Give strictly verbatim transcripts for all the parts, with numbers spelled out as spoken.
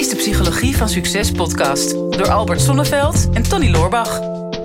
is de Psychologie van Succes podcast door Albert Sonneveld en Tony Loorbach.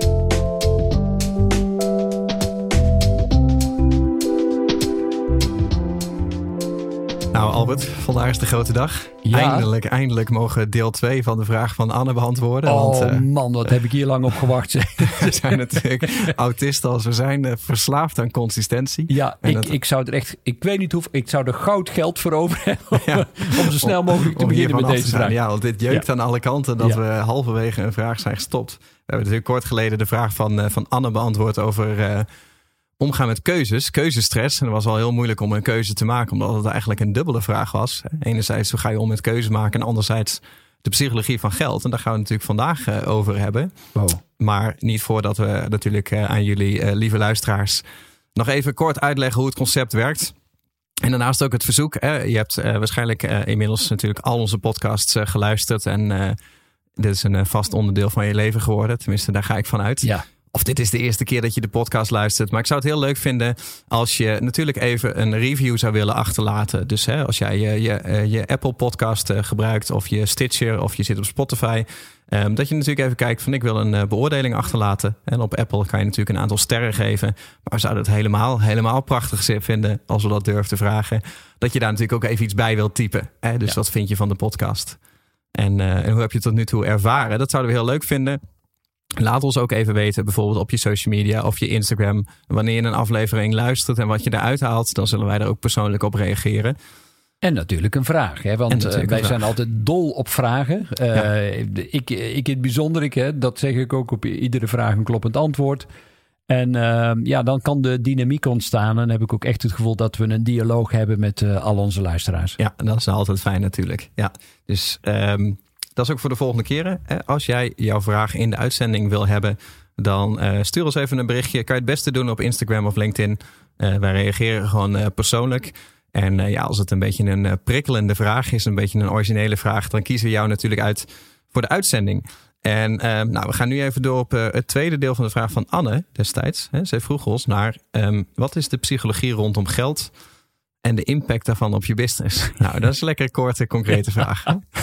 Nou Albert, vandaag is de grote dag. Ja. Eindelijk, eindelijk mogen we deel twee van de vraag van Anne beantwoorden. Oh want, uh, man, wat heb ik hier lang op gewacht. we zijn natuurlijk autisten als we zijn, uh, verslaafd aan consistentie. Ja, en ik, dat... ik zou er echt, ik weet niet hoeveel, ik zou er goud geld voor over hebben ja. om zo snel mogelijk te om beginnen met deze vraag. Ja, want dit jeukt ja. aan alle kanten dat ja. we halverwege een vraag zijn gestopt. We hebben natuurlijk kort geleden de vraag van, uh, van Anne beantwoord over... Uh, omgaan met keuzes, keuzestress. En dat was al heel moeilijk om een keuze te maken, omdat het eigenlijk een dubbele vraag was. Enerzijds, hoe ga je om met keuzes maken? En anderzijds, de psychologie van geld. En daar gaan we het natuurlijk vandaag uh, over hebben. Wow. Maar niet voordat we natuurlijk uh, aan jullie, uh, lieve luisteraars, nog even kort uitleggen hoe het concept werkt. En daarnaast ook het verzoek. Hè? Je hebt uh, waarschijnlijk uh, inmiddels natuurlijk al onze podcasts uh, geluisterd. En uh, dit is een uh, vast onderdeel van je leven geworden. Tenminste, daar ga ik van uit. Ja. Of dit is de eerste keer dat je de podcast luistert. Maar ik zou het heel leuk vinden als je natuurlijk even een review zou willen achterlaten. Dus hè, als jij je, je, je Apple podcast uh, gebruikt of je Stitcher of je zit op Spotify. Um, dat je natuurlijk even kijkt van ik wil een uh, beoordeling achterlaten. En op Apple kan je natuurlijk een aantal sterren geven. Maar we zouden het helemaal, helemaal prachtig vinden als we dat durven te vragen. Dat je daar natuurlijk ook even iets bij wilt typen. Hè? Dus ja. Wat vind je van de podcast? En, uh, en hoe heb je het tot nu toe ervaren? Dat zouden we heel leuk vinden. Laat ons ook even weten, bijvoorbeeld op je social media of je Instagram, wanneer je een aflevering luistert en wat je eruit haalt. Dan zullen wij er ook persoonlijk op reageren. En natuurlijk een vraag, hè? Want uh, wij vraag. zijn altijd dol op vragen. Uh, ja. ik, ik in het bijzonder, ik, hè, dat zeg ik ook op iedere vraag een kloppend antwoord. En uh, ja, dan kan de dynamiek ontstaan. En dan heb ik ook echt het gevoel dat we een dialoog hebben met uh, al onze luisteraars. Ja, dat is altijd fijn natuurlijk. Ja, dus... Um... Dat is ook voor de volgende keren. Als jij jouw vraag in de uitzending wil hebben, dan uh, stuur ons even een berichtje. Kan je het beste doen op Instagram of LinkedIn. Uh, wij reageren gewoon uh, persoonlijk. En uh, ja, als het een beetje een uh, prikkelende vraag is, een beetje een originele vraag, dan kiezen we jou natuurlijk uit voor de uitzending. En uh, nou, we gaan nu even door op uh, het tweede deel van de vraag van Anne destijds. Hè. Zij vroeg ons naar um, wat is de psychologie rondom geld en de impact daarvan op je business? Nou, dat is een lekker korte, concrete vraag.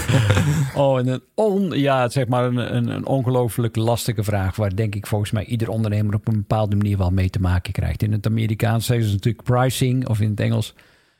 Oh, en een, on, ja, zeg maar een, een, een ongelooflijk lastige vraag, waar denk ik volgens mij ieder ondernemer op een bepaalde manier wel mee te maken krijgt. In het Amerikaans zeggen ze natuurlijk pricing, of in het Engels.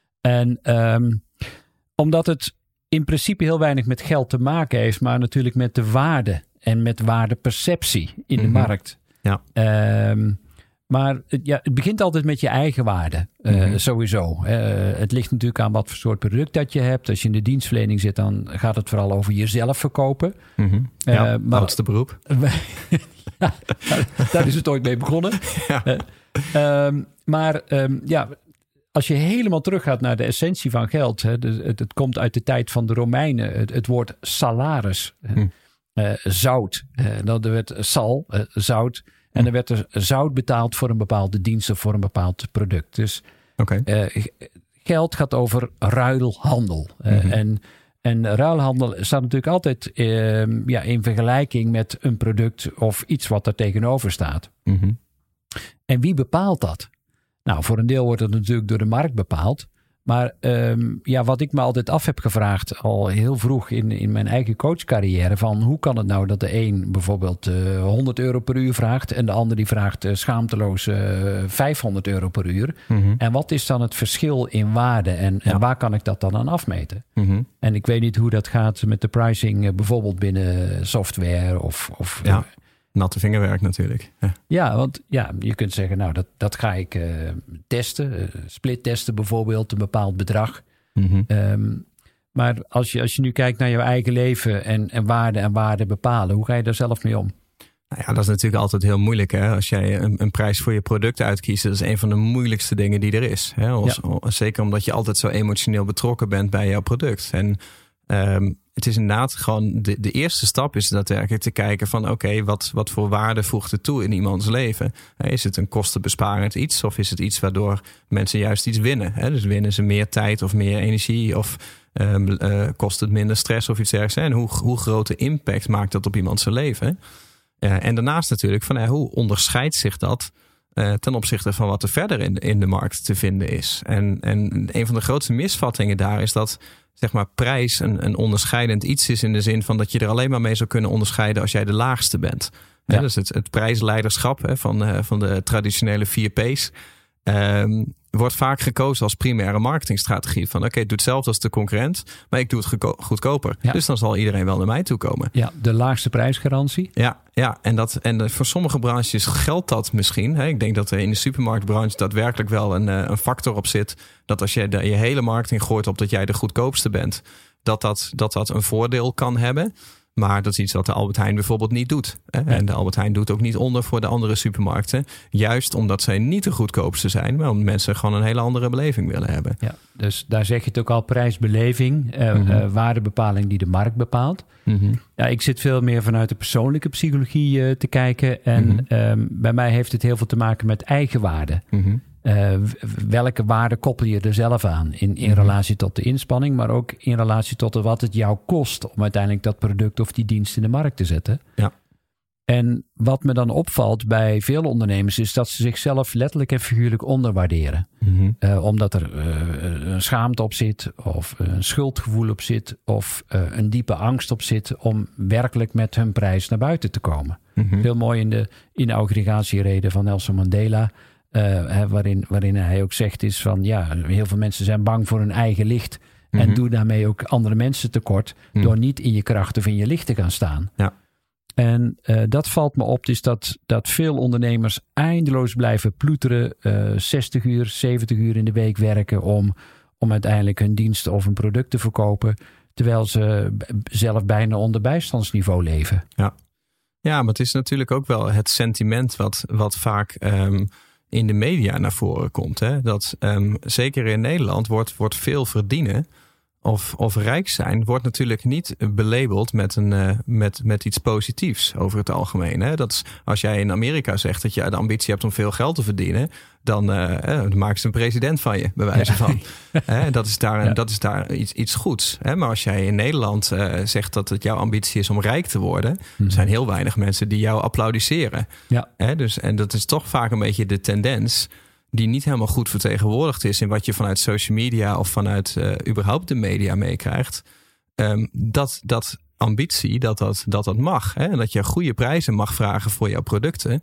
En um, omdat het in principe heel weinig met geld te maken heeft, maar natuurlijk met de waarde en met waardeperceptie in de mm-hmm. markt. Ja. Um, Maar het, ja, het begint altijd met je eigen waarde, uh, mm-hmm. sowieso. Uh, het ligt natuurlijk aan wat voor soort product dat je hebt. Als je in de dienstverlening zit, dan gaat het vooral over jezelf verkopen. Mm-hmm. Ja, uh, maar, oudste beroep. ja, daar is het ooit mee begonnen. Ja. Uh, um, maar um, ja, als je helemaal teruggaat naar de essentie van geld. Hè, dus het, het komt uit de tijd van de Romeinen. Het, het woord salaris, mm. uh, zout. Uh, dat werd sal, uh, zout. En er werd er zout betaald voor een bepaalde dienst of voor een bepaald product. Dus okay. uh, geld gaat over ruilhandel. Uh, mm-hmm. en, en ruilhandel staat natuurlijk altijd uh, ja, in vergelijking met een product of iets wat er tegenover staat. Mm-hmm. En wie bepaalt dat? Nou, voor een deel wordt het natuurlijk door de markt bepaald. Maar um, ja, wat ik me altijd af heb gevraagd al heel vroeg in, in mijn eigen coachcarrière, van hoe kan het nou dat de een bijvoorbeeld uh, honderd euro per uur vraagt en de ander die vraagt uh, schaamteloos uh, vijfhonderd euro per uur. Mm-hmm. En wat is dan het verschil in waarde en, ja. en waar kan ik dat dan aan afmeten? Mm-hmm. En ik weet niet hoe dat gaat met de pricing uh, bijvoorbeeld binnen software of... of ja. uh, Natte vingerwerk natuurlijk. Ja, ja want ja, je kunt zeggen, nou, dat, dat ga ik uh, testen. Uh, split testen bijvoorbeeld, een bepaald bedrag. Mm-hmm. Um, maar als je, als je nu kijkt naar jouw eigen leven en, en waarde en waarde bepalen, hoe ga je daar zelf mee om? Nou ja, dat is natuurlijk altijd heel moeilijk. Hè? Als jij een, een prijs voor je product uitkiest, dat is een van de moeilijkste dingen die er is. Hè? Als, ja. Zeker omdat je altijd zo emotioneel betrokken bent bij jouw product. En um, het is inderdaad gewoon de, de eerste stap is daadwerkelijk te kijken van oké, okay, wat, wat voor waarde voegt het toe in iemands leven? Is het een kostenbesparend iets of is het iets waardoor mensen juist iets winnen? Hè? Dus winnen ze meer tijd of meer energie of um, uh, kost het minder stress of iets dergelijks? En hoe, hoe grote impact maakt dat op iemands leven? Uh, en daarnaast natuurlijk van uh, hoe onderscheidt zich dat uh, ten opzichte van wat er verder in de, in de markt te vinden is? En, en een van de grootste misvattingen daar is dat zeg maar prijs een, een onderscheidend iets is in de zin van dat je er alleen maar mee zou kunnen onderscheiden als jij de laagste bent. Ja. He, dus het, het prijsleiderschap he, van, uh, van de traditionele vier P's um, wordt vaak gekozen als primaire marketingstrategie. Van oké, okay, ik doe hetzelfde als de concurrent, maar ik doe het geko- goedkoper. Ja. Dus dan zal iedereen wel naar mij toe komen. Ja, de laagste prijsgarantie. Ja, ja en, dat, en de, voor sommige branches geldt dat misschien. Hè. Ik denk dat er in de supermarktbranche daadwerkelijk wel een, een factor op zit. Dat als je de, je hele marketing gooit op dat jij de goedkoopste bent, dat dat, dat, dat een voordeel kan hebben. Maar dat is iets wat de Albert Heijn bijvoorbeeld niet doet. Hè? Ja. En de Albert Heijn doet ook niet onder voor de andere supermarkten. Juist omdat zij niet de goedkoopste zijn. Maar omdat mensen gewoon een hele andere beleving willen hebben. Ja, dus daar zeg je het ook al, prijsbeleving. Uh, mm-hmm. uh, waardebepaling die de markt bepaalt. Mm-hmm. Ja, ik zit veel meer vanuit de persoonlijke psychologie uh, te kijken. En mm-hmm. um, bij mij heeft het heel veel te maken met eigenwaarde. Mm-hmm. Uh, welke waarde koppel je er zelf aan in, in mm-hmm. relatie tot de inspanning, maar ook in relatie tot wat het jou kost om uiteindelijk dat product of die dienst in de markt te zetten. Ja. En wat me dan opvalt bij veel ondernemers is dat ze zichzelf letterlijk en figuurlijk onderwaarderen. Mm-hmm. Uh, omdat er uh, een schaamte op zit of een schuldgevoel op zit of uh, een diepe angst op zit om werkelijk met hun prijs naar buiten te komen. Mm-hmm. Heel mooi in de inauguratierede van Nelson Mandela. Uh, waarin, waarin hij ook zegt is van ja, heel veel mensen zijn bang voor hun eigen licht. Mm-hmm. En doen daarmee ook andere mensen tekort. Mm. Door niet in je kracht of in je licht te gaan staan. Ja. En uh, dat valt me op. Is dat, dat veel ondernemers eindeloos blijven ploeteren. Uh, zestig uur, zeventig uur in de week werken. Om, om uiteindelijk hun dienst of een product te verkopen. Terwijl ze zelf bijna onder bijstandsniveau leven. Ja, ja, maar het is natuurlijk ook wel het sentiment wat, wat vaak Um, in de media naar voren komt. Hè? Dat um, zeker in Nederland wordt, wordt veel verdienen of, of rijk zijn, wordt natuurlijk niet belabeld met, een, uh, met, met iets positiefs over het algemeen. Hè? Dat is, als jij in Amerika zegt dat je de ambitie hebt om veel geld te verdienen, dan, uh, eh, dan maken ze een president van je, bij wijze van. Ja. Hè? Dat is daar, ja. dat is daar iets, iets goeds. Hè? Maar als jij in Nederland uh, zegt dat het jouw ambitie is om rijk te worden, hmm. er zijn heel weinig mensen die jou applaudisseren. Ja. Hè? Dus, en dat is toch vaak een beetje de tendens die niet helemaal goed vertegenwoordigd is in wat je vanuit social media of vanuit uh, überhaupt de media meekrijgt. Um, dat, dat ambitie, dat dat, dat, dat mag. Hè? En dat je goede prijzen mag vragen voor jouw producten.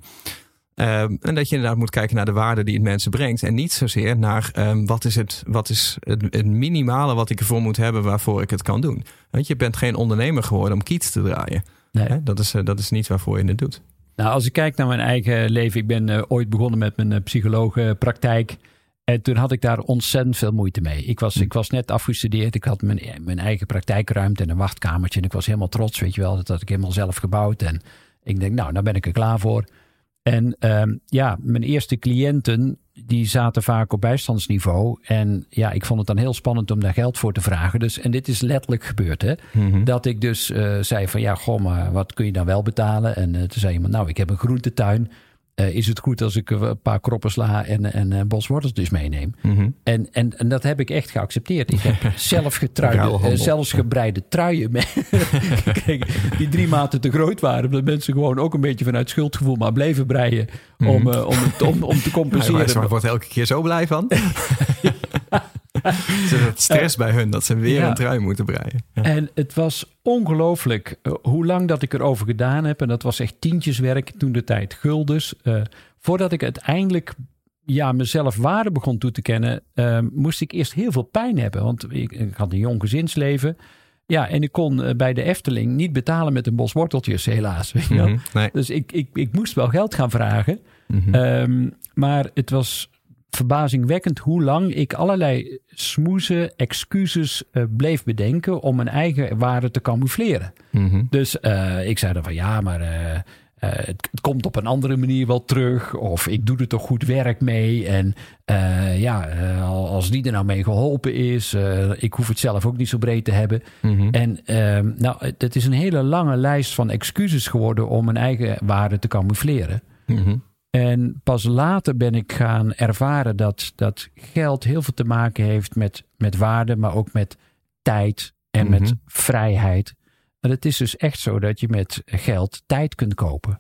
Um, en dat je inderdaad moet kijken naar de waarde die het mensen brengt. En niet zozeer naar um, wat is, het, wat is het, het minimale wat ik ervoor moet hebben waarvoor ik het kan doen. Want je bent geen ondernemer geworden om kiets te draaien. Nee. Hè? Dat is, uh, dat is niet waarvoor je het doet. Nou, als ik kijk naar mijn eigen leven. Ik ben uh, ooit begonnen met mijn uh, psycholoogpraktijk. En toen had ik daar ontzettend veel moeite mee. Ik was, hm. ik was net afgestudeerd. Ik had mijn, mijn eigen praktijkruimte en een wachtkamertje. En ik was helemaal trots, weet je wel. Dat had ik helemaal zelf gebouwd. En ik denk, nou, nou ben ik er klaar voor. En um, ja, mijn eerste cliënten, die zaten vaak op bijstandsniveau. En ja, ik vond het dan heel spannend om daar geld voor te vragen. Dus, en dit is letterlijk gebeurd, hè. Mm-hmm. Dat ik dus uh, zei van, ja, goh, maar wat kun je dan wel betalen? En uh, toen zei iemand, nou, ik heb een groentetuin. Uh, is het goed als ik een paar kroppen sla en, en een bos wortels dus meeneem? Mm-hmm. En, en, en dat heb ik echt geaccepteerd. Ik heb zelf getruide, uh, zelfs gebreide truien mee. die drie maten te groot waren. Omdat mensen gewoon ook een beetje vanuit schuldgevoel maar bleven breien. Mm-hmm. Om, uh, om, om, om te compenseren. Ja, maar wordt elke keer zo blij van. Ze het stress uh, bij hun dat ze weer ja. een trui moeten breien. Ja. En het was ongelooflijk uh, hoe lang dat ik erover gedaan heb. En dat was echt tientjeswerk, toen de tijd guldens. Uh, voordat ik uiteindelijk ja, mezelf waarde begon toe te kennen, uh, moest ik eerst heel veel pijn hebben. Want ik, ik had een jong gezinsleven. Ja, en ik kon uh, bij de Efteling niet betalen met een bos worteltjes, helaas. Weet je wel? Mm-hmm, nee. Dus ik, ik, ik moest wel geld gaan vragen. Mm-hmm. Um, maar het was verbazingwekkend hoe lang ik allerlei smoezen, excuses uh, bleef bedenken om mijn eigen waarde te camoufleren. Mm-hmm. Dus uh, ik zei dan van ja, maar uh, uh, het, het komt op een andere manier wel terug. Of ik doe er toch goed werk mee. En uh, ja, uh, als die er nou mee geholpen is, uh, ik hoef het zelf ook niet zo breed te hebben. Mm-hmm. En uh, nou, het is een hele lange lijst van excuses geworden om mijn eigen waarde te camoufleren. Mm-hmm. En pas later ben ik gaan ervaren dat, dat geld heel veel te maken heeft met, met waarde, maar ook met tijd en mm-hmm. met vrijheid. En het is dus echt zo dat je met geld tijd kunt kopen. Ja.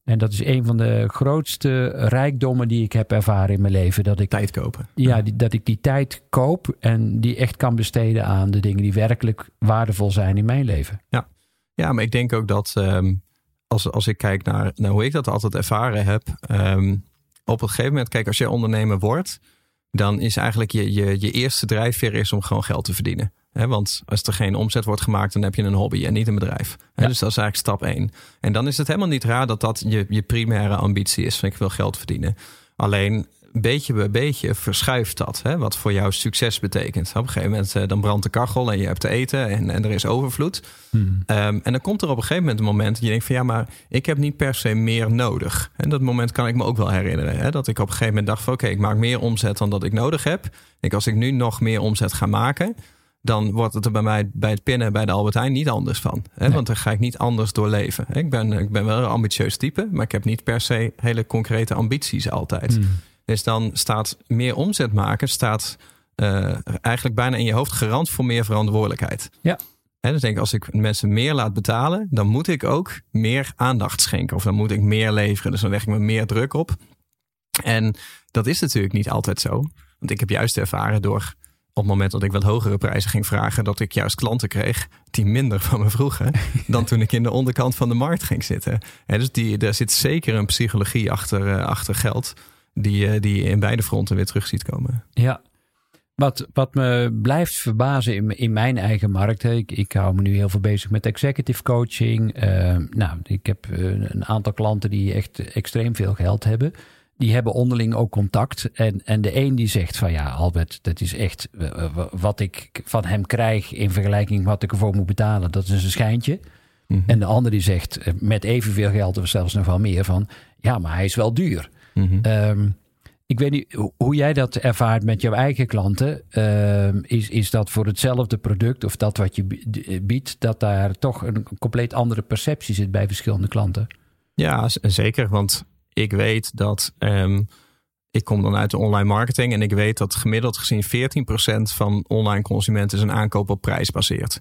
En dat is een van de grootste rijkdommen die ik heb ervaren in mijn leven. Dat ik, tijd kopen. Ja, die, dat ik die tijd koop en die echt kan besteden aan de dingen die werkelijk waardevol zijn in mijn leven. Ja, ja, maar ik denk ook dat um, als, als ik kijk naar, naar hoe ik dat altijd ervaren heb. Um, op een gegeven moment, kijk, als je ondernemer wordt, dan is eigenlijk je, je, je eerste drijfveer is om gewoon geld te verdienen. He, want als er geen omzet wordt gemaakt, dan heb je een hobby en niet een bedrijf. He, ja. Dus dat is eigenlijk stap één. En dan is het helemaal niet raar dat dat je, je primaire ambitie is. Van ik wil geld verdienen. Alleen beetje bij beetje verschuift dat. Hè, wat voor jou succes betekent. Op een gegeven moment uh, dan brandt de kachel en je hebt te eten en, en er is overvloed. Hmm. Um, en dan komt er op een gegeven moment een moment dat je denkt van ja, maar ik heb niet per se meer nodig. En dat moment kan ik me ook wel herinneren. Hè, dat ik op een gegeven moment dacht van oké, okay, ik maak meer omzet dan dat ik nodig heb. Ik, als ik nu nog meer omzet ga maken, dan wordt het er bij mij bij het pinnen bij de Albert Heijn niet anders van. Hè? Nee. Want dan ga ik niet anders doorleven. Ik ben, ik ben wel een ambitieus type, maar ik heb niet per se hele concrete ambities altijd. Mm. Dus dan staat meer omzet maken, staat uh, eigenlijk bijna in je hoofd garant voor meer verantwoordelijkheid. Ja. Hè, dus denk ik, als ik mensen meer laat betalen, dan moet ik ook meer aandacht schenken. Of dan moet ik meer leveren. Dus dan leg ik me meer druk op. En dat is natuurlijk niet altijd zo. Want ik heb juist ervaren door op het moment dat ik wat hogere prijzen ging vragen, dat ik juist klanten kreeg die minder van me vroegen dan toen ik in de onderkant van de markt ging zitten. En dus die, daar zit zeker een psychologie achter, uh, achter geld die, uh, die je in beide fronten weer terug ziet komen. Ja, wat, wat me blijft verbazen in, in mijn eigen markt. Hè. Ik, ik hou me nu heel veel bezig met executive coaching. Uh, nou, ik heb uh, een aantal klanten die echt extreem veel geld hebben. Die hebben onderling ook contact. En, en de een die zegt van ja, Albert, dat is echt uh, wat ik van hem krijg in vergelijking met wat ik ervoor moet betalen. Dat is een schijntje. Mm-hmm. En de ander die zegt uh, met evenveel geld of zelfs nog wel meer van ja, maar hij is wel duur. Mm-hmm. Um, ik weet niet hoe jij dat ervaart met jouw eigen klanten. Uh, is, is dat voor hetzelfde product of dat wat je biedt, dat daar toch een compleet andere perceptie zit bij verschillende klanten? Ja, zeker. Want ik weet dat, um, ik kom dan uit de online marketing en ik weet dat gemiddeld gezien veertien procent van online consumenten zijn aankoop op prijs baseert.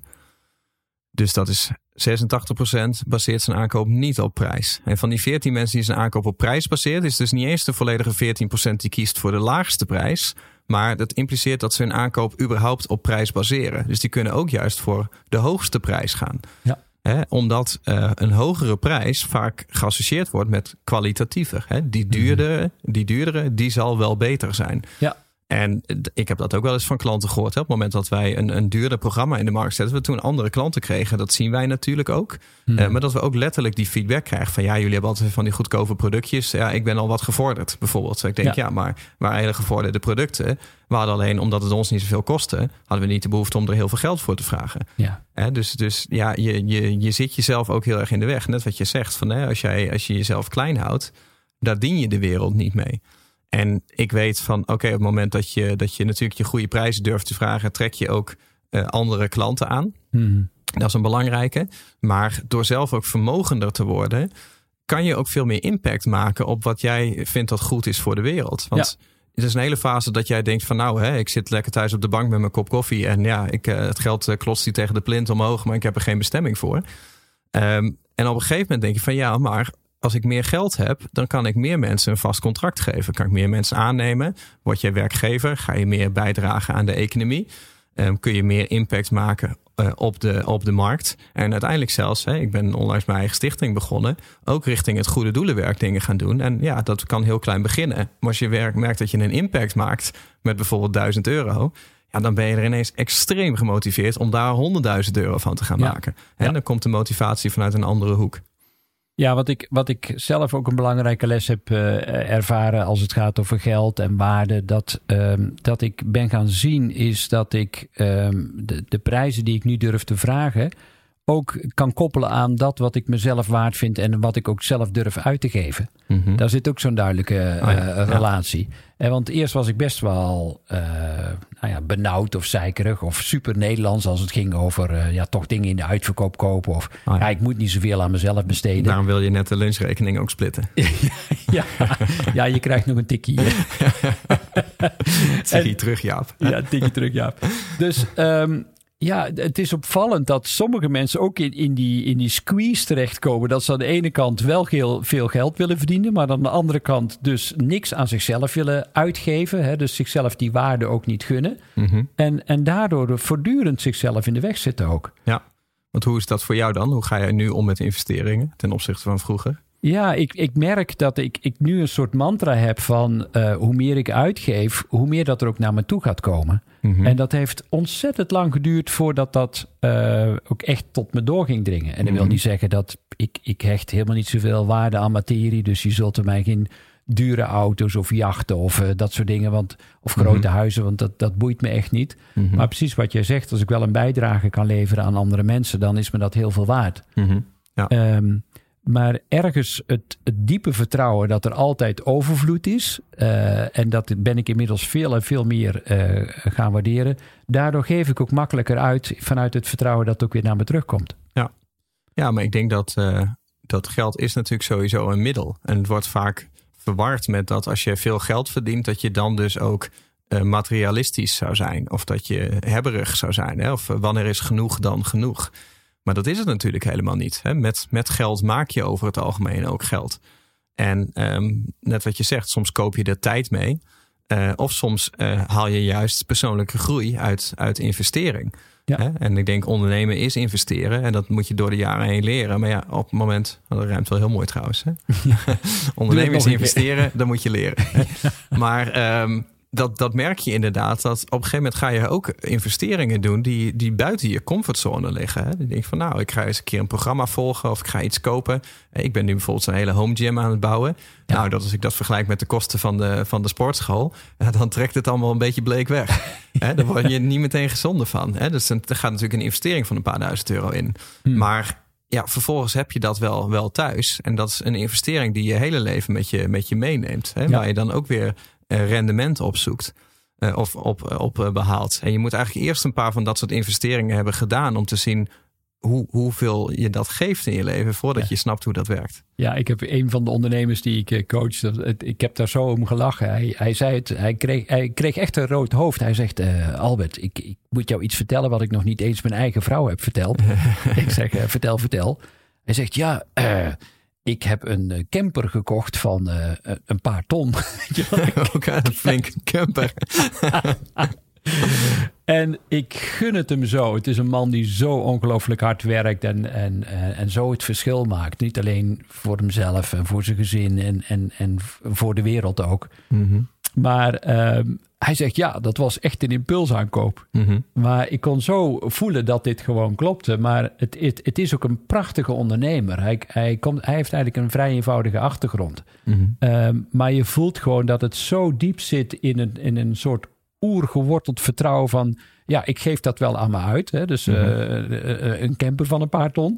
Dus dat is zesentachtig procent baseert zijn aankoop niet op prijs. En van die veertien mensen die zijn aankoop op prijs baseert, is dus niet eens de volledige veertien procent die kiest voor de laagste prijs. Maar dat impliceert dat ze hun aankoop überhaupt op prijs baseren. Dus die kunnen ook juist voor de hoogste prijs gaan. Ja. He, omdat uh, een hogere prijs vaak geassocieerd wordt met kwalitatiever. He, die duurdere, die duurdere, die zal wel beter zijn. Ja. En ik heb dat ook wel eens van klanten gehoord. Hè. Op het moment dat wij een, een duurder programma in de markt zetten, we toen andere klanten kregen. Dat zien wij natuurlijk ook. Hmm. Uh, maar dat we ook letterlijk die feedback krijgen van ja, jullie hebben altijd van die goedkope productjes. Ja, ik ben al wat gevorderd bijvoorbeeld. Ik denk ja, ja maar waar hele gevorderde producten. We hadden alleen, omdat het ons niet zoveel kostte, hadden we niet de behoefte om er heel veel geld voor te vragen. Ja. Hè, dus, dus ja, je, je, je zit jezelf ook heel erg in de weg. Net wat je zegt, van, hè, als, jij, als je jezelf klein houdt, daar dien je de wereld niet mee. En ik weet van, oké, okay, op het moment dat je, dat je natuurlijk je goede prijzen durft te vragen, trek je ook uh, andere klanten aan. Hmm. Dat is een belangrijke. Maar door zelf ook vermogender te worden, kan je ook veel meer impact maken op wat jij vindt dat goed is voor de wereld. Want ja, het is een hele fase dat jij denkt van nou, hè, ik zit lekker thuis op de bank met mijn kop koffie. En ja, ik, uh, het geld uh, klotst hier tegen de plint omhoog, maar ik heb er geen bestemming voor. Um, en op een gegeven moment denk je van ja, maar als ik meer geld heb, dan kan ik meer mensen een vast contract geven. Kan ik meer mensen aannemen? Word jij werkgever? Ga je meer bijdragen aan de economie? Um, kun je meer impact maken uh, op, de, op de markt? En uiteindelijk zelfs, hè, ik ben onlangs mijn eigen stichting begonnen, ook richting het goede doelenwerk dingen gaan doen. En ja, dat kan heel klein beginnen. Maar als je werk, merkt dat je een impact maakt met bijvoorbeeld duizend euro, ja, dan ben je er ineens extreem gemotiveerd om daar honderdduizend euro van te gaan ja. maken. En ja, dan komt de motivatie vanuit een andere hoek. Ja, wat ik, wat ik zelf ook een belangrijke les heb uh, ervaren als het gaat over geld en waarde, dat, um, dat ik ben gaan zien is dat ik um, de, de prijzen die ik nu durf te vragen ook kan koppelen aan dat wat ik mezelf waard vind en wat ik ook zelf durf uit te geven. Mm-hmm. Daar zit ook zo'n duidelijke uh, oh ja, relatie. Ja. En want eerst was ik best wel uh, nou ja, benauwd of zeikerig of super Nederlands als het ging over uh, ja, toch dingen in de uitverkoop kopen of oh ja. ja, ik moet niet zoveel aan mezelf besteden. Daarom wil je net de lunchrekening ook splitten. ja, ja, je krijgt nog een tikkie. tikkie terug, Jaap. Ja, tikkie terug, Jaap. Dus um, Ja, het is opvallend dat sommige mensen ook in, in, die, in die squeeze terechtkomen. Dat ze aan de ene kant wel heel veel geld willen verdienen, maar aan de andere kant dus niks aan zichzelf willen uitgeven. Hè, dus zichzelf die waarde ook niet gunnen. Mm-hmm. En, en daardoor voortdurend zichzelf in de weg zitten ook. Ja, want hoe is dat voor jou dan? Hoe ga jij nu om met investeringen ten opzichte van vroeger? Ja, ik, ik merk dat ik, ik nu een soort mantra heb van uh, hoe meer ik uitgeef, hoe meer dat er ook naar me toe gaat komen. Mm-hmm. En dat heeft ontzettend lang geduurd voordat dat uh, ook echt tot me door ging dringen. En dat mm-hmm. wil niet zeggen dat ik, ik hecht helemaal niet zoveel waarde aan materie. Dus je zult er mij geen dure auto's of jachten of uh, dat soort dingen. Want, of grote mm-hmm. huizen, want dat, dat boeit me echt niet. Mm-hmm. Maar precies wat jij zegt, als ik wel een bijdrage kan leveren aan andere mensen, dan is me dat heel veel waard. Mm-hmm. Ja. Um, Maar ergens het, het diepe vertrouwen dat er altijd overvloed is. Uh, en dat ben ik inmiddels veel en veel meer uh, gaan waarderen. Daardoor geef ik ook makkelijker uit vanuit het vertrouwen dat het ook weer naar me terugkomt. Ja, ja maar ik denk dat, uh, dat geld is natuurlijk sowieso een middel. En het wordt vaak verward met dat als je veel geld verdient, dat je dan dus ook uh, materialistisch zou zijn. Of dat je hebberig zou zijn. Hè? Of uh, wanneer is genoeg dan genoeg? Maar dat is het natuurlijk helemaal niet. Hè? Met, met geld maak je over het algemeen ook geld. En um, net wat je zegt, soms koop je er tijd mee. Uh, of soms uh, haal je juist persoonlijke groei uit, uit investering. Ja. Hè? En ik denk ondernemen is investeren. En dat moet je door de jaren heen leren. Maar ja, op het moment, oh, dat ruimt wel heel mooi trouwens. Hè? Ja. Ondernemen is investeren, dan moet je leren. Hè? Ja. Maar um, Dat, dat merk je inderdaad. Dat op een gegeven moment ga je ook investeringen doen die, die buiten je comfortzone liggen. Hè? Dan denk je van nou, ik ga eens een keer een programma volgen of ik ga iets kopen. Ik ben nu bijvoorbeeld een hele home gym aan het bouwen. Ja. Nou, dat als ik dat vergelijk met de kosten van de, van de sportschool, dan trekt het allemaal een beetje bleek weg. Hè? Daar word je niet meteen gezonder van. Hè? Dus er gaat natuurlijk een investering van een paar duizend euro in. Hmm. Maar ja, vervolgens heb je dat wel, wel thuis. En dat is een investering die je hele leven met je, met je meeneemt. Hè? Ja. Waar je dan ook weer rendement opzoekt uh, of op, op uh, behaalt. En je moet eigenlijk eerst een paar van dat soort investeringen hebben gedaan om te zien hoe, hoeveel je dat geeft in je leven voordat ja. je snapt hoe dat werkt. Ja, ik heb een van de ondernemers die ik coach, ik heb daar zo om gelachen. Hij, hij zei het, hij kreeg, hij kreeg echt een rood hoofd. Hij zegt, uh, Albert, ik, ik moet jou iets vertellen wat ik nog niet eens mijn eigen vrouw heb verteld. Ik zeg, uh, vertel, vertel. Hij zegt, ja, uh, ik heb een camper gekocht van uh, een paar ton. Ook een flink camper. En ik gun het hem zo. Het is een man die zo ongelooflijk hard werkt en, en, en zo het verschil maakt. Niet alleen voor hemzelf en voor zijn gezin en, en, en voor de wereld ook. Mm-hmm. Maar uh, hij zegt ja, dat was echt een impulsaankoop. Mm-hmm. Maar ik kon zo voelen dat dit gewoon klopte. Maar het, het, het is ook een prachtige ondernemer. Hij, hij, komt, hij heeft eigenlijk een vrij eenvoudige achtergrond. Mm-hmm. Uh, maar je voelt gewoon dat het zo diep zit in een, in een soort oergeworteld vertrouwen van ja, ik geef dat wel aan me uit. Hè? Dus mm-hmm. uh, uh, een camper van een paar ton.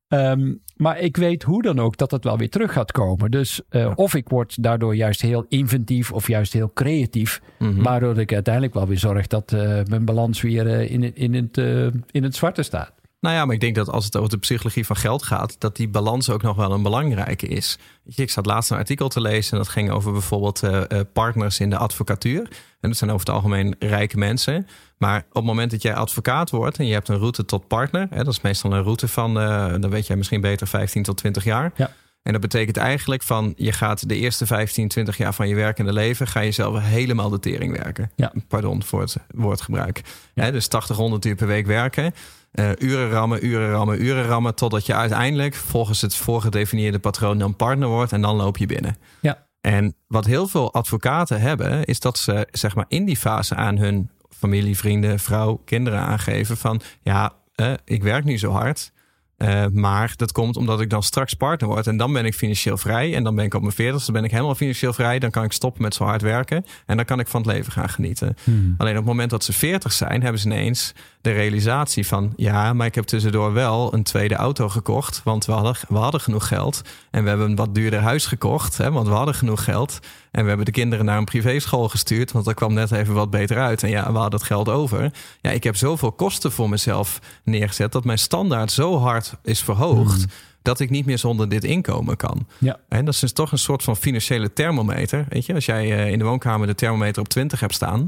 Um, maar ik weet hoe dan ook dat het wel weer terug gaat komen. Dus uh, ja. of ik word daardoor juist heel inventief of juist heel creatief. Mm-hmm. Waardoor ik uiteindelijk wel weer zorg dat uh, mijn balans weer uh, in, in, het, uh, in het zwarte staat. Nou ja, maar ik denk dat als het over de psychologie van geld gaat, dat die balans ook nog wel een belangrijke is. Ik zat laatst een artikel te lezen en dat ging over bijvoorbeeld uh, partners in de advocatuur. En dat zijn over het algemeen rijke mensen. Maar op het moment dat jij advocaat wordt en je hebt een route tot partner, hè, dat is meestal een route van, uh, dan weet jij misschien beter vijftien tot twintig jaar. Ja. En dat betekent eigenlijk van, je gaat de eerste vijftien, twintig jaar van je werkende leven, ga je zelf helemaal de tering werken. Ja. Pardon voor het woordgebruik. Ja. Hè, dus tachtig, honderd uur per week werken. Uh, uren rammen, uren rammen, uren rammen, totdat je uiteindelijk volgens het voorgedefinieerde patroon dan partner wordt en dan loop je binnen. Ja. En wat heel veel advocaten hebben, is dat ze zeg maar in die fase aan hun familie, vrienden, vrouw, kinderen aangeven van ja, uh, ik werk nu zo hard. Uh, maar dat komt omdat ik dan straks partner word. En dan ben ik financieel vrij. En dan ben ik op mijn veertigste ben ik helemaal financieel vrij. Dan kan ik stoppen met zo hard werken. En dan kan ik van het leven gaan genieten. Hmm. Alleen op het moment dat ze veertig zijn, hebben ze ineens de realisatie van ja, maar ik heb tussendoor wel een tweede auto gekocht. Want we hadden, we hadden genoeg geld. En we hebben een wat duurder huis gekocht. Hè, want we hadden genoeg geld. En we hebben de kinderen naar een privéschool gestuurd. Want dat kwam net even wat beter uit. En ja, we hadden het geld over. Ja, ik heb zoveel kosten voor mezelf neergezet. Dat mijn standaard zo hard is verhoogd. Hmm. Dat ik niet meer zonder dit inkomen kan. Ja. En dat is dus toch een soort van financiële thermometer. Weet je, als jij in de woonkamer de thermometer op twintig hebt staan.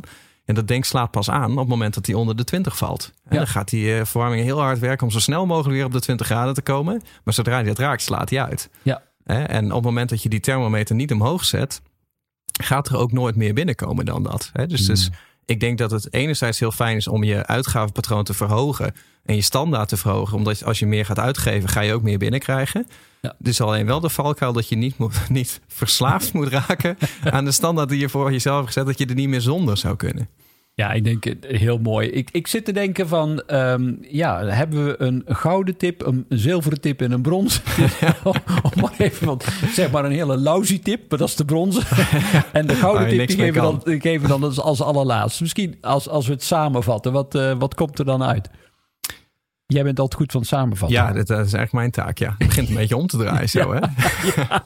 En dat denk slaat pas aan op het moment dat hij onder de twintig valt. En ja. dan gaat die uh, verwarming heel hard werken om zo snel mogelijk weer op de twintig graden te komen. Maar zodra hij dat raakt, slaat hij uit. Ja. En op het moment dat je die thermometer niet omhoog zet, gaat er ook nooit meer binnenkomen dan dat. Dus, mm. dus ik denk dat het enerzijds heel fijn is om je uitgavenpatroon te verhogen en je standaard te verhogen. Omdat als je meer gaat uitgeven, ga je ook meer binnenkrijgen. Ja. Dus alleen wel de valkuil dat je niet, moet, niet verslaafd moet raken aan de standaard die je voor jezelf hebt gezet, dat je er niet meer zonder zou kunnen. Ja, ik denk heel mooi. Ik, ik zit te denken van, um, ja, hebben we een gouden tip, een zilveren tip en een bronzen tip? Of maar even, want zeg maar een hele lousy tip, maar dat is de bronzen. En de gouden tip die geven, dan, die geven we dan als, als allerlaatst. Misschien als, als we het samenvatten, wat, uh, wat komt er dan uit? Jij bent altijd goed van het samenvatten. Ja, dat, dat is eigenlijk mijn taak, ja. Het begint een beetje om te draaien zo, ja. hè? Ja.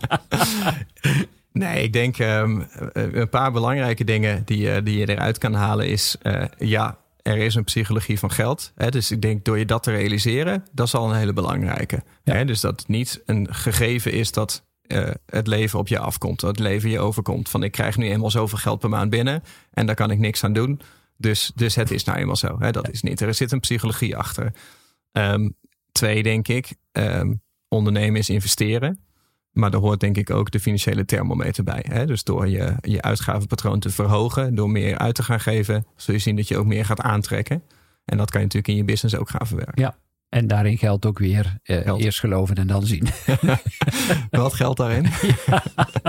Nee, ik denk um, een paar belangrijke dingen die, uh, die je eruit kan halen is, uh, ja, er is een psychologie van geld. Hè? Dus ik denk door je dat te realiseren, dat is al een hele belangrijke. Ja. Hè? Dus dat het niet een gegeven is dat uh, het leven op je afkomt, dat het leven je overkomt. Van ik krijg nu eenmaal zoveel geld per maand binnen en daar kan ik niks aan doen. Dus, dus het is nou eenmaal zo. Hè? Dat ja. is niet. Er zit een psychologie achter. Um, twee, denk ik, um, ondernemen is investeren. Maar daar hoort denk ik ook de financiële thermometer bij. Hè? Dus door je, je uitgavenpatroon te verhogen, door meer uit te gaan geven, zul je zien dat je ook meer gaat aantrekken. En dat kan je natuurlijk in je business ook gaan verwerken. Ja, en daarin geldt ook weer uh, geld. Eerst geloven en dan zien. Wat geldt daarin? Ja,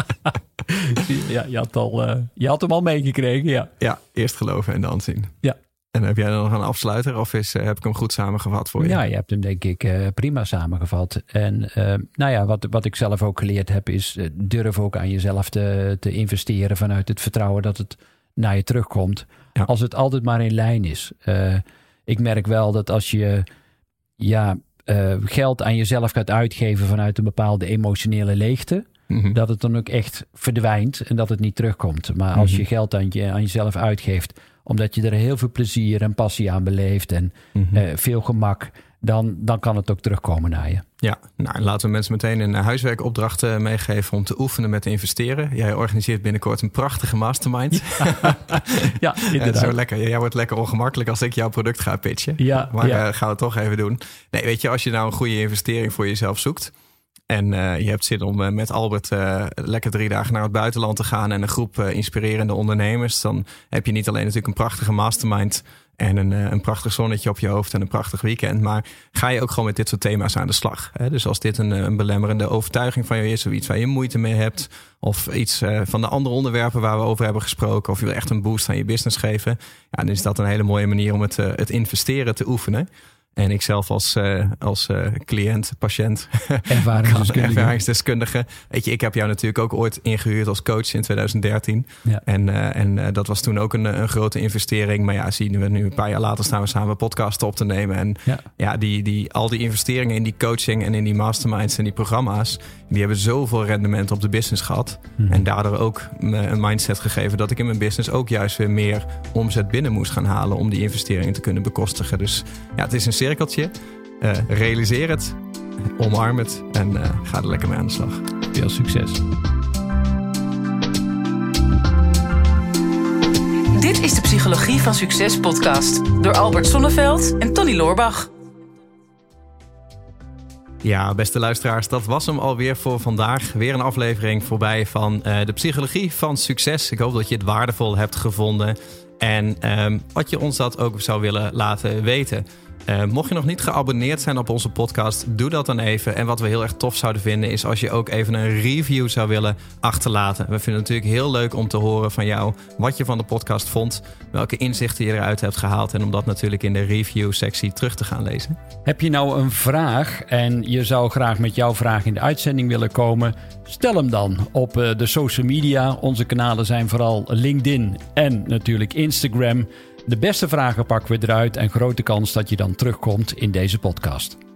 ja je, had al, uh, je had hem al meegekregen, ja. Ja, eerst geloven en dan zien. Ja. En heb jij dan nog een afsluiter of is, uh, heb ik hem goed samengevat voor je? Ja, je hebt hem denk ik uh, prima samengevat. En uh, nou ja, wat, wat ik zelf ook geleerd heb is uh, durf ook aan jezelf te, te investeren vanuit het vertrouwen dat het naar je terugkomt. Ja. Als het altijd maar in lijn is. Uh, ik merk wel dat als je ja, uh, geld aan jezelf gaat uitgeven vanuit een bepaalde emotionele leegte, mm-hmm. dat het dan ook echt verdwijnt en dat het niet terugkomt. Maar als mm-hmm. je geld aan, je, aan jezelf uitgeeft omdat je er heel veel plezier en passie aan beleeft en mm-hmm. uh, veel gemak, dan, dan kan het ook terugkomen naar je. Ja, nou laten we mensen meteen een huiswerkopdracht uh, meegeven om te oefenen met investeren. Jij organiseert binnenkort een prachtige mastermind. Ja, ja inderdaad. Zo lekker. Jij wordt lekker ongemakkelijk als ik jouw product ga pitchen. Ja, maar ja. Uh, gaan we het toch even doen. Nee, weet je, als je nou een goede investering voor jezelf zoekt en uh, je hebt zin om uh, met Albert uh, lekker drie dagen naar het buitenland te gaan en een groep uh, inspirerende ondernemers, dan heb je niet alleen natuurlijk een prachtige mastermind en een, uh, een prachtig zonnetje op je hoofd en een prachtig weekend, maar ga je ook gewoon met dit soort thema's aan de slag. Hè? Dus als dit een, een belemmerende overtuiging van jou is of iets waar je moeite mee hebt of iets uh, van de andere onderwerpen waar we over hebben gesproken of je wil echt een boost aan je business geven, ja, dan is dat een hele mooie manier om het, uh, het investeren te oefenen. En ik zelf als, uh, als uh, cliënt, patiënt, ervaringsdeskundige. ervaringsdeskundige. Weet je, ik heb jou natuurlijk ook ooit ingehuurd als coach in twintig dertien. Ja. En, uh, en uh, dat was toen ook een, een grote investering. Maar ja, zien we nu een paar jaar later staan we samen podcasten op te nemen. En ja, ja die, die, al die investeringen in die coaching en in die masterminds en die programma's, die hebben zoveel rendement op de business gehad. Hmm. En daardoor ook een mindset gegeven dat ik in mijn business ook juist weer meer omzet binnen moest gaan halen om die investeringen te kunnen bekostigen. Dus ja, het is een cirkeltje. Uh, realiseer het, omarm het en uh, ga er lekker mee aan de slag. Veel succes. Dit is de Psychologie van Succes podcast door Albert Sonneveld en Tony Loorbach. Ja, beste luisteraars, dat was hem alweer voor vandaag. Weer een aflevering voorbij van uh, de Psychologie van Succes. Ik hoop dat je het waardevol hebt gevonden en um, wat je ons dat ook zou willen laten weten. Uh, mocht je nog niet geabonneerd zijn op onze podcast, doe dat dan even. En wat we heel erg tof zouden vinden is als je ook even een review zou willen achterlaten. We vinden het natuurlijk heel leuk om te horen van jou wat je van de podcast vond, welke inzichten je eruit hebt gehaald en om dat natuurlijk in de review sectie terug te gaan lezen. Heb je nou een vraag en je zou graag met jouw vraag in de uitzending willen komen? Stel hem dan op de social media. Onze kanalen zijn vooral LinkedIn en natuurlijk Instagram. De beste vragen pakken we eruit en grote kans dat je dan terugkomt in deze podcast.